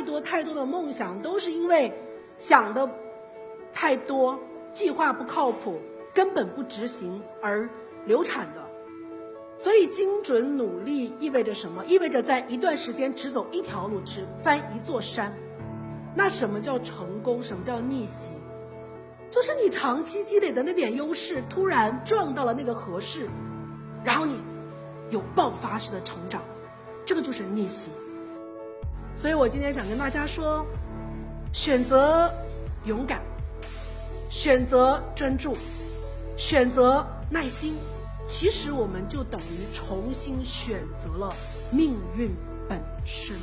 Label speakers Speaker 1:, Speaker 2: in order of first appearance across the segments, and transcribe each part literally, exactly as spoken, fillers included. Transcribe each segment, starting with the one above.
Speaker 1: 多太多的梦想，都是因为想的太多，计划不靠谱，根本不执行而流产的。所以精准努力意味着什么？意味着在一段时间只走一条路，只翻一座山。那什么叫成功？什么叫逆袭？就是你长期积累的那点优势突然撞到了那个合适，然后你有爆发式的成长，这个就是逆袭。所以我今天想跟大家说，选择勇敢，选择专注，选择耐心，其实我们就等于重新选择了命运本身。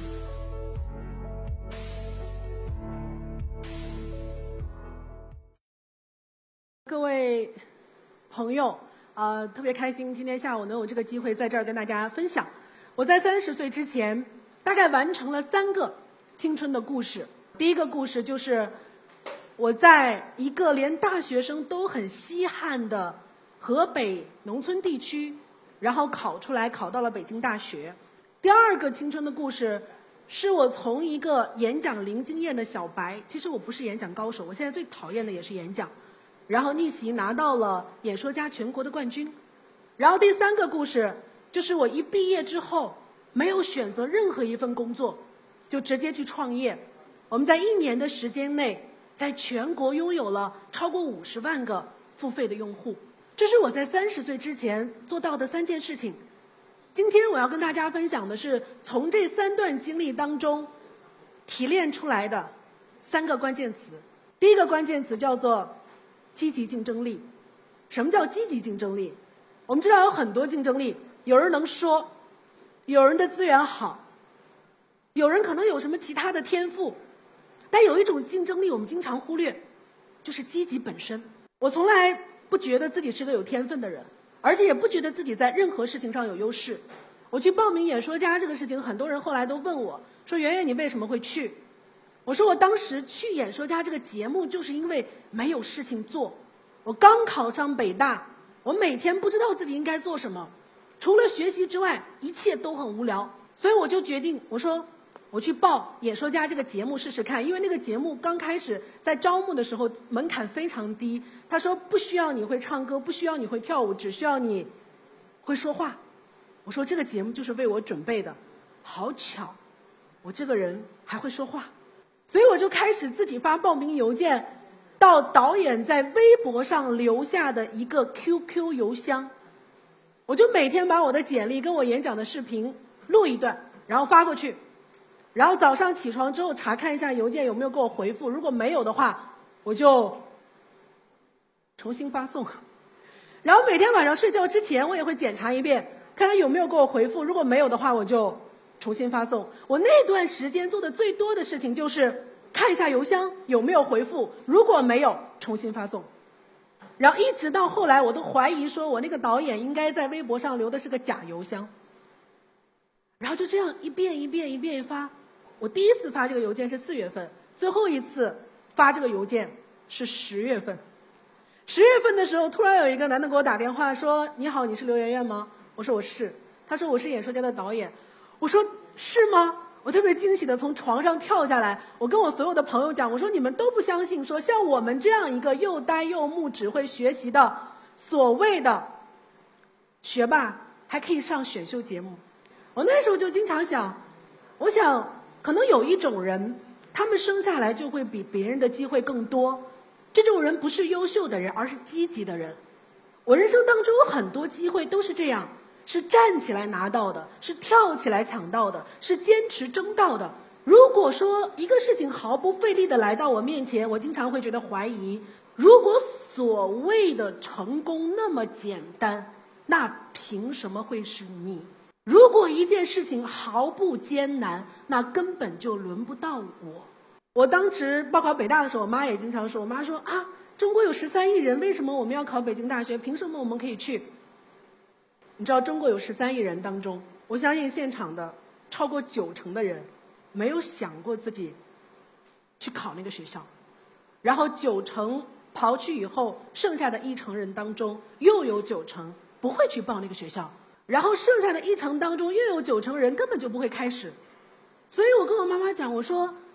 Speaker 1: 各位朋友，呃，特别开心今天下午能有这个机会在这儿跟大家分享。我在三十岁之前，大概完成了三个青春的故事。第一个故事就是我在一个连大学生都很稀罕的河北农村地区，然后考出来，考到了北京大学。第二个青春的故事是我从一个演讲零经验的小白，其实我不是演讲高手，我现在最讨厌的也是演讲，然后逆袭拿到了演说家全国的冠军。然后第三个故事就是我一毕业之后没有选择任何一份工作，就直接去创业。我们在一年的时间内在全国拥有了超过五十万个付费的用户，这是我在三十岁之前做到的三件事情。今天我要跟大家分享的是从这三段经历当中提炼出来的三个关键词。第一个关键词叫做积极竞争力。什么叫积极竞争力？我们知道有很多竞争力，有人能说，有人的资源好，有人可能有什么其他的天赋，但有一种竞争力我们经常忽略，就是积极本身。我从来不觉得自己是个有天分的人，而且也不觉得自己在任何事情上有优势。我去报名演说家这个事情，很多人后来都问我说，圆圆你为什么会去？我说我当时去演说家这个节目就是因为没有事情做。我刚考上北大，我每天不知道自己应该做什么，除了学习之外一切都很无聊，所以我就决定，我说我去报演说家这个节目试试看。因为那个节目刚开始在招募的时候门槛非常低，他说不需要你会唱歌，不需要你会跳舞，只需要你会说话。我说这个节目就是为我准备的，好巧我这个人还会说话。所以我就开始自己发报名邮件到导演在微博上留下的一个 Q Q 邮箱，我就每天把我的简历跟我演讲的视频录一段，然后发过去，然后早上起床之后查看一下邮件有没有给我回复，如果没有的话我就重新发送。然后每天晚上睡觉之前我也会检查一遍，看看有没有给我回复，如果没有的话我就重新发送。我那段时间做的最多的事情就是看一下邮箱有没有回复，如果没有重新发送。然后一直到后来我都怀疑说我那个导演应该在微博上留的是个假邮箱，然后就这样一遍一遍一遍一发。我第一次发这个邮件是四月份，最后一次发这个邮件是十月份。十月份的时候突然有一个男的给我打电话说，你好，你是刘媛媛吗？我说我是。他说我是演说家的导演。我说是吗？我特别惊喜的从床上跳下来，我跟我所有的朋友讲，我说你们都不相信，说像我们这样一个又呆又木只会学习的所谓的学霸还可以上选秀节目。我那时候就经常想，我想可能有一种人，他们生下来就会比别人的机会更多，这种人不是优秀的人，而是积极的人。我人生当中有很多机会都是这样，是站起来拿到的，是跳起来抢到的，是坚持争到的。如果说一个事情毫不费力的来到我面前，我经常会觉得怀疑，如果所谓的成功那么简单，那凭什么会是你？如果一件事情毫不艰难，那根本就轮不到我。我当时报考北大的时候，我妈也经常说，我妈说啊，中国有十三亿人，为什么我们要考北京大学？凭什么我们可以去？你知道中国有十三亿人当中，我相信现场的超过九成的人没有想过自己去考那个学校，然后九成刨去以后，剩下的一成人当中又有九成不会去报那个学校，然后剩下的一成当中又有九成人根本就不会开始。所以我跟我妈妈讲，我说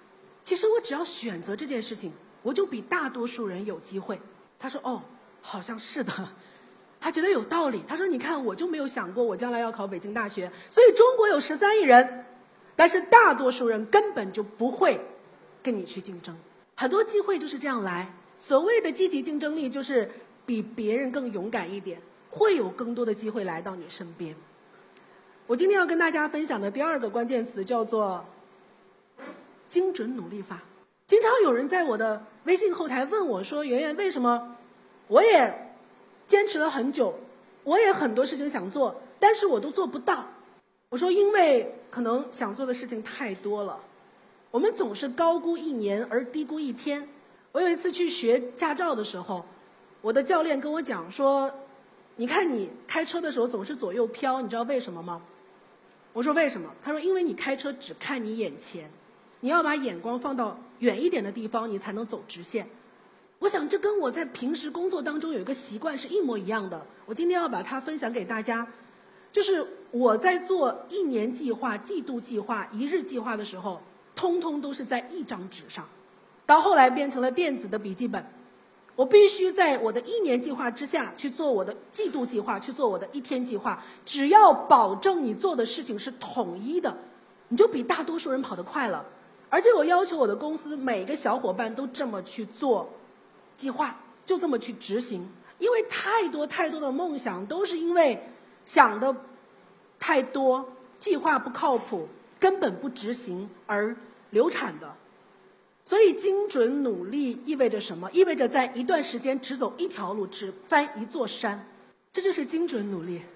Speaker 1: 其实我只要选择这件事情，我就比大多数人有机会。他说哦，好像是的，他觉得有道理。他说你看，我就没有想过我将来要考北京大学，所以中国有十三亿人，但是大多数人根本就不会跟你去竞争。很多机会就是这样来，所谓的积极竞争力就是比别人更勇敢一点，会有更多的机会来到你身边。我今天要跟大家分享的第二个关键词叫做精准努力法。经常有人在我的微信后台问我说，圆圆，为什么我也坚持了很久，我也很多事情想做，但是我都做不到？我说因为可能想做的事情太多了，我们总是高估一年而低估一天。我有一次去学驾照的时候，我的教练跟我讲说，你看你开车的时候总是左右飘，你知道为什么吗？我说为什么？他说因为你开车只看你眼前，你要把眼光放到远一点的地方，你才能走直线。我想这跟我在平时工作当中有一个习惯是一模一样的。我今天要把它分享给大家，就是我在做一年计划、季度计划、一日计划的时候，通通都是在一张纸上，到后来变成了电子的笔记本。我必须在我的一年计划之下去做我的季度计划，去做我的一天计划。只要保证你做的事情是统一的，你就比大多数人跑得快了。而且我要求我的公司每个小伙伴都这么去做计划，就这么去执行。因为太多太多的梦想都是因为想的太多，计划不靠谱，根本不执行而流产的。所以精准努力意味着什么？意味着在一段时间只走一条路，只翻一座山，这就是精准努力。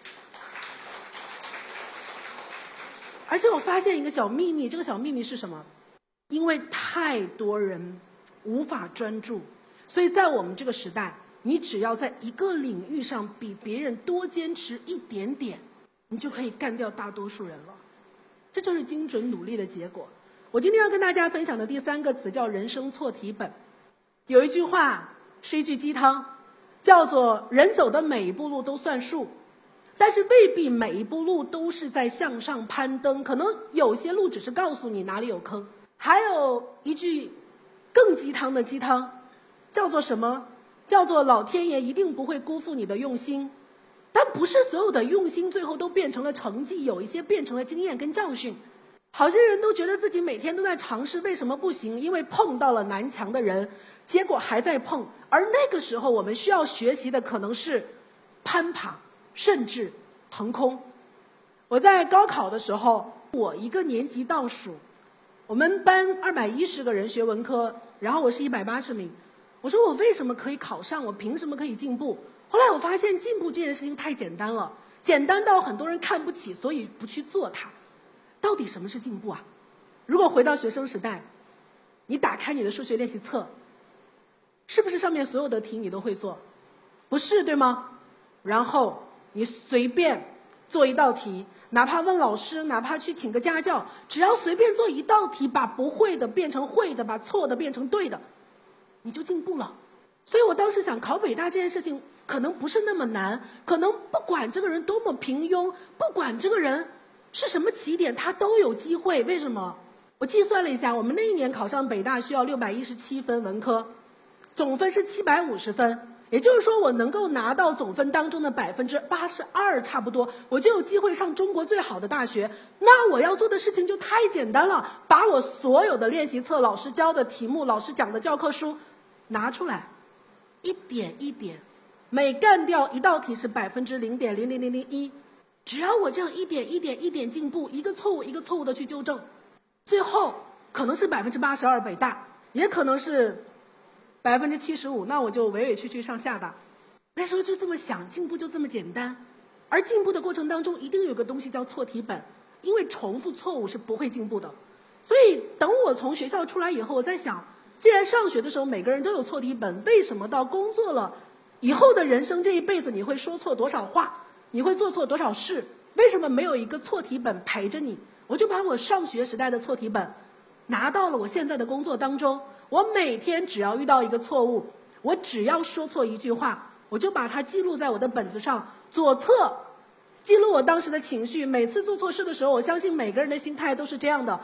Speaker 1: 而且我发现一个小秘密，这个小秘密是什么？因为太多人无法专注，所以在我们这个时代，你只要在一个领域上比别人多坚持一点点，你就可以干掉大多数人了。这就是精准努力的结果。我今天要跟大家分享的第三个词叫人生错题本。有一句话是一句鸡汤，叫做人走的每一步路都算数，但是未必每一步路都是在向上攀登，可能有些路只是告诉你哪里有坑。还有一句更鸡汤的鸡汤，叫做什么？叫做老天爷一定不会辜负你的用心。但不是所有的用心最后都变成了成绩，有一些变成了经验跟教训。好些人都觉得自己每天都在尝试，为什么不行？因为碰到了南墙的人，结果还在碰。而那个时候我们需要学习的可能是攀爬，甚至腾空。我在高考的时候，我一个年级倒数，我们班二百一十个人学文科，然后我是一百八十名。我说我为什么可以考上？我凭什么可以进步？后来我发现进步这件事情太简单了，简单到很多人看不起，所以不去做它。到底什么是进步啊？如果回到学生时代，你打开你的数学练习册，是不是上面所有的题你都会做？不是，对吗？然后你随便做一道题，哪怕问老师，哪怕去请个家教，只要随便做一道题，把不会的变成会的，把错的变成对的，你就进步了。所以我当时想，考北大这件事情可能不是那么难，可能不管这个人多么平庸，不管这个人是什么起点，他都有机会。为什么？我计算了一下，我们那一年考上北大需要六百一十七分文科，总分是七百五十分，也就是说我能够拿到总分当中的百分之八十二，差不多，我就有机会上中国最好的大学。那我要做的事情就太简单了，把我所有的练习册、老师教的题目、老师讲的教科书拿出来，一点一点，每干掉一道题是百分之零点零零零零一。只要我这样一点一点一点进步，一个错误一个错误的去纠正，最后可能是百分之八十二北大，也可能是百分之七十五，那我就委委屈屈上厦大。那时候就这么想，进步就这么简单。而进步的过程当中，一定有个东西叫错题本，因为重复错误是不会进步的。所以等我从学校出来以后，我在想，既然上学的时候每个人都有错题本，为什么到工作了以后的人生这一辈子，你会说错多少话？你会做错多少事？为什么没有一个错题本陪着你？我就把我上学时代的错题本拿到了我现在的工作当中。我每天只要遇到一个错误，我只要说错一句话，我就把它记录在我的本子上，左侧记录我当时的情绪。每次做错事的时候，我相信每个人的心态都是这样的，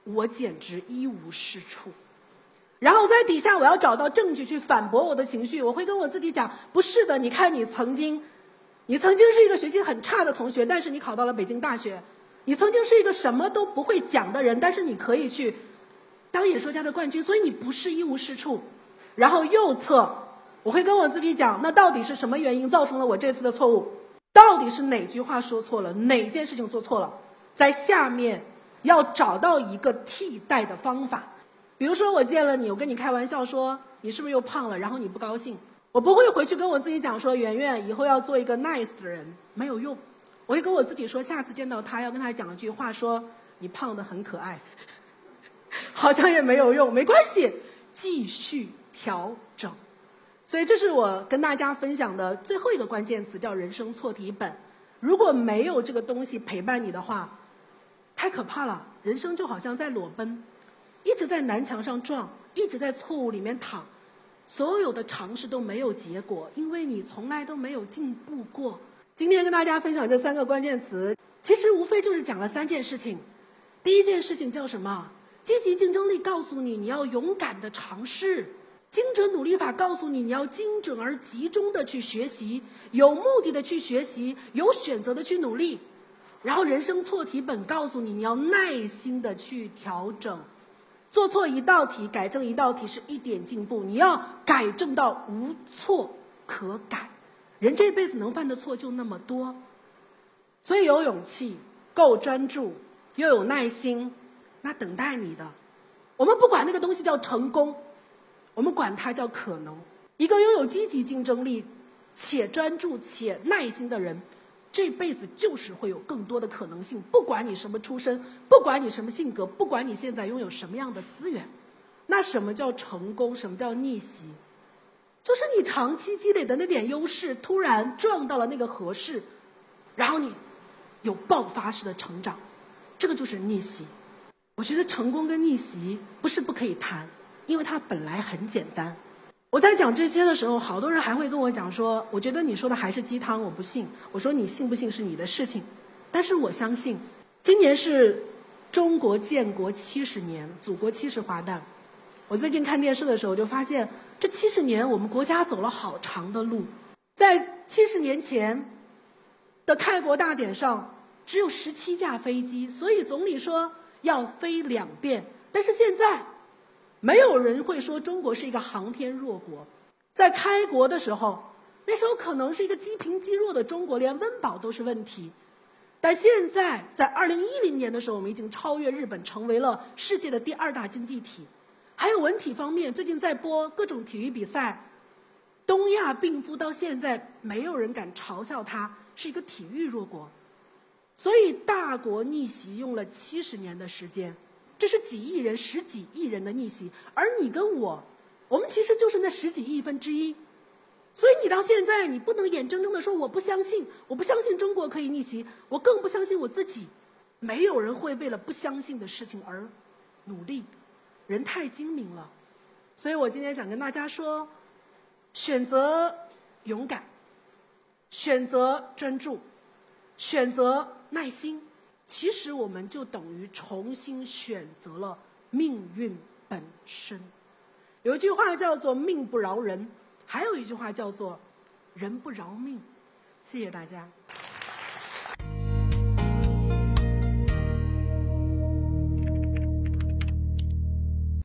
Speaker 1: 我简直一无是处。然后在底下我要找到证据去反驳我的情绪，我会跟我自己讲，不是的，你看你曾经你曾经是一个学习很差的同学，但是你考到了北京大学，你曾经是一个什么都不会讲的人，但是你可以去当演说家的冠军，所以你不是一无是处。然后右侧我会跟我自己讲，那到底是什么原因造成了我这次的错误，到底是哪句话说错了，哪件事情做错了，在下面要找到一个替代的方法。比如说我见了你，我跟你开玩笑说你是不是又胖了，然后你不高兴，我不会回去跟我自己讲说圆圆以后要做一个 nice 的人，没有用。我会跟我自己说，下次见到他要跟他讲一句话，说你胖得很可爱，好像也没有用，没关系，继续调整。所以这是我跟大家分享的最后一个关键词，叫人生错题本。如果没有这个东西陪伴你的话，太可怕了，人生就好像在裸奔，一直在南墙上撞，一直在错误里面躺，所有的尝试都没有结果，因为你从来都没有进步过。今天跟大家分享这三个关键词，其实无非就是讲了三件事情。第一件事情叫什么？积极竞争力告诉你你要勇敢的尝试，精准努力法告诉你你要精准而集中的去学习，有目的的去学习，有选择的去努力。然后人生错题本告诉你你要耐心的去调整，做错一道题改正一道题是一点进步，你要改正到无错可改。人这辈子能犯的错就那么多，所以有勇气，够专注，又有耐心，那等待你的，我们不管那个东西叫成功，我们管它叫可能。一个拥有积极竞争力且专注且耐心的人，这辈子就是会有更多的可能性，不管你什么出身，不管你什么性格，不管你现在拥有什么样的资源。那什么叫成功，什么叫逆袭？就是你长期积累的那点优势突然撞到了那个合适，然后你有爆发式的成长，这个就是逆袭。我觉得成功跟逆袭不是不可以谈，因为它本来很简单。我在讲这些的时候，好多人还会跟我讲说，我觉得你说的还是鸡汤，我不信。我说你信不信是你的事情，但是我相信，今年是中国建国七十年，祖国七十华诞。我最近看电视的时候就发现，这七十年我们国家走了好长的路。在七十年前的开国大典上，只有十七架飞机，所以总理说要飞两遍。但是现在没有人会说中国是一个航天弱国。在开国的时候，那时候可能是一个积贫积弱的中国，连温饱都是问题。但现在在二零一零年的时候，我们已经超越日本，成为了世界的第二大经济体。还有文体方面，最近在播各种体育比赛，东亚病夫到现在没有人敢嘲笑它是一个体育弱国。所以大国逆袭用了七十年的时间，这是几亿人十几亿人的逆袭，而你跟我，我们其实就是那十几亿分之一。所以你到现在你不能眼睁睁地说我不相信，我不相信中国可以逆袭，我更不相信我自己。没有人会为了不相信的事情而努力，人太精明了。所以我今天想跟大家说，选择勇敢，选择专注，选择耐心，其实我们就等于重新选择了命运本身。有一句话叫做命不饶人，还有一句话叫做人不饶命。谢谢大家。